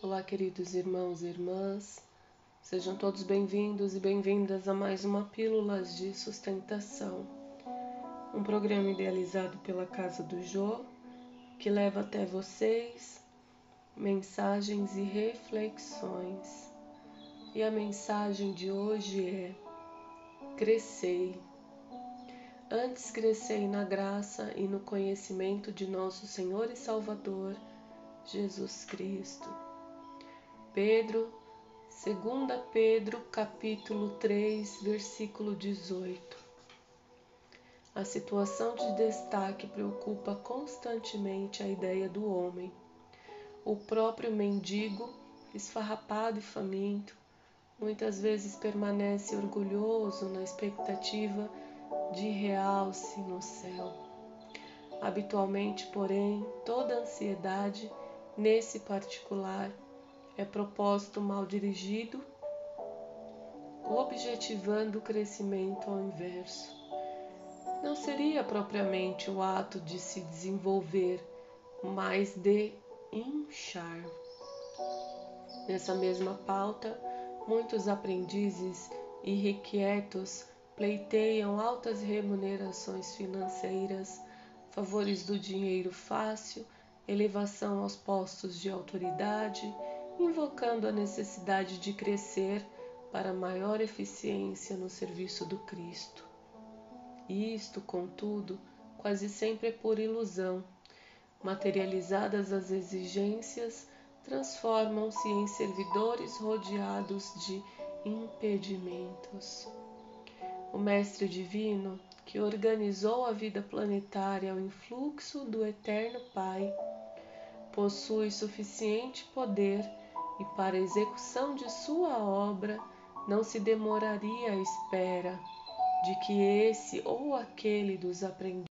Olá, queridos irmãos e irmãs, sejam todos bem-vindos e bem-vindas a mais uma Pílulas de Sustentação, um programa idealizado pela Casa do Jô, que leva até vocês mensagens e reflexões. E a mensagem de hoje é: crescei. Antes crescei na graça e no conhecimento de nosso Senhor e Salvador, Jesus Cristo. Pedro, 2 Pedro, capítulo 3, versículo 18. A situação de destaque preocupa constantemente a ideia do homem. O próprio mendigo, esfarrapado e faminto, muitas vezes permanece orgulhoso na expectativa de realce no céu. Habitualmente, porém, toda ansiedade, nesse particular, é propósito mal dirigido, objetivando o crescimento ao inverso. Não seria propriamente o ato de se desenvolver, mas de inchar. Nessa mesma pauta, muitos aprendizes irrequietos pleiteiam altas remunerações financeiras, favores do dinheiro fácil, elevação aos postos de autoridade, invocando a necessidade de crescer para maior eficiência no serviço do Cristo. Isto, contudo, quase sempre é por ilusão. Materializadas as exigências, transformam-se em servidores rodeados de impedimentos. O Mestre Divino, que organizou a vida planetária ao influxo do Eterno Pai, possui suficiente poder e para a execução de sua obra não se demoraria à espera de que esse ou aquele dos aprendizes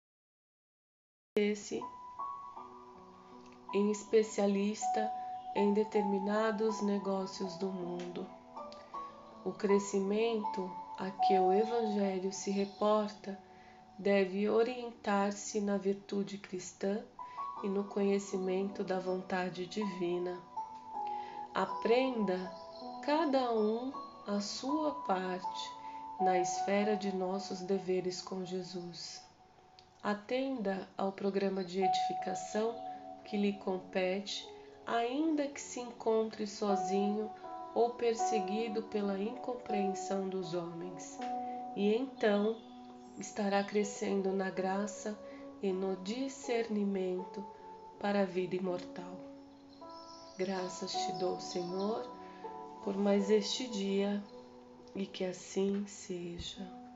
em especialista em determinados negócios do mundo. O crescimento a que o Evangelho se reporta deve orientar-se na virtude cristã e no conhecimento da vontade divina. Aprenda cada um a sua parte na esfera de nossos deveres com Jesus. Atenda ao programa de edificação que lhe compete, ainda que se encontre sozinho ou perseguido pela incompreensão dos homens. E então estará crescendo na graça e no discernimento para a vida imortal. Graças te dou, Senhor, por mais este dia, e que assim seja.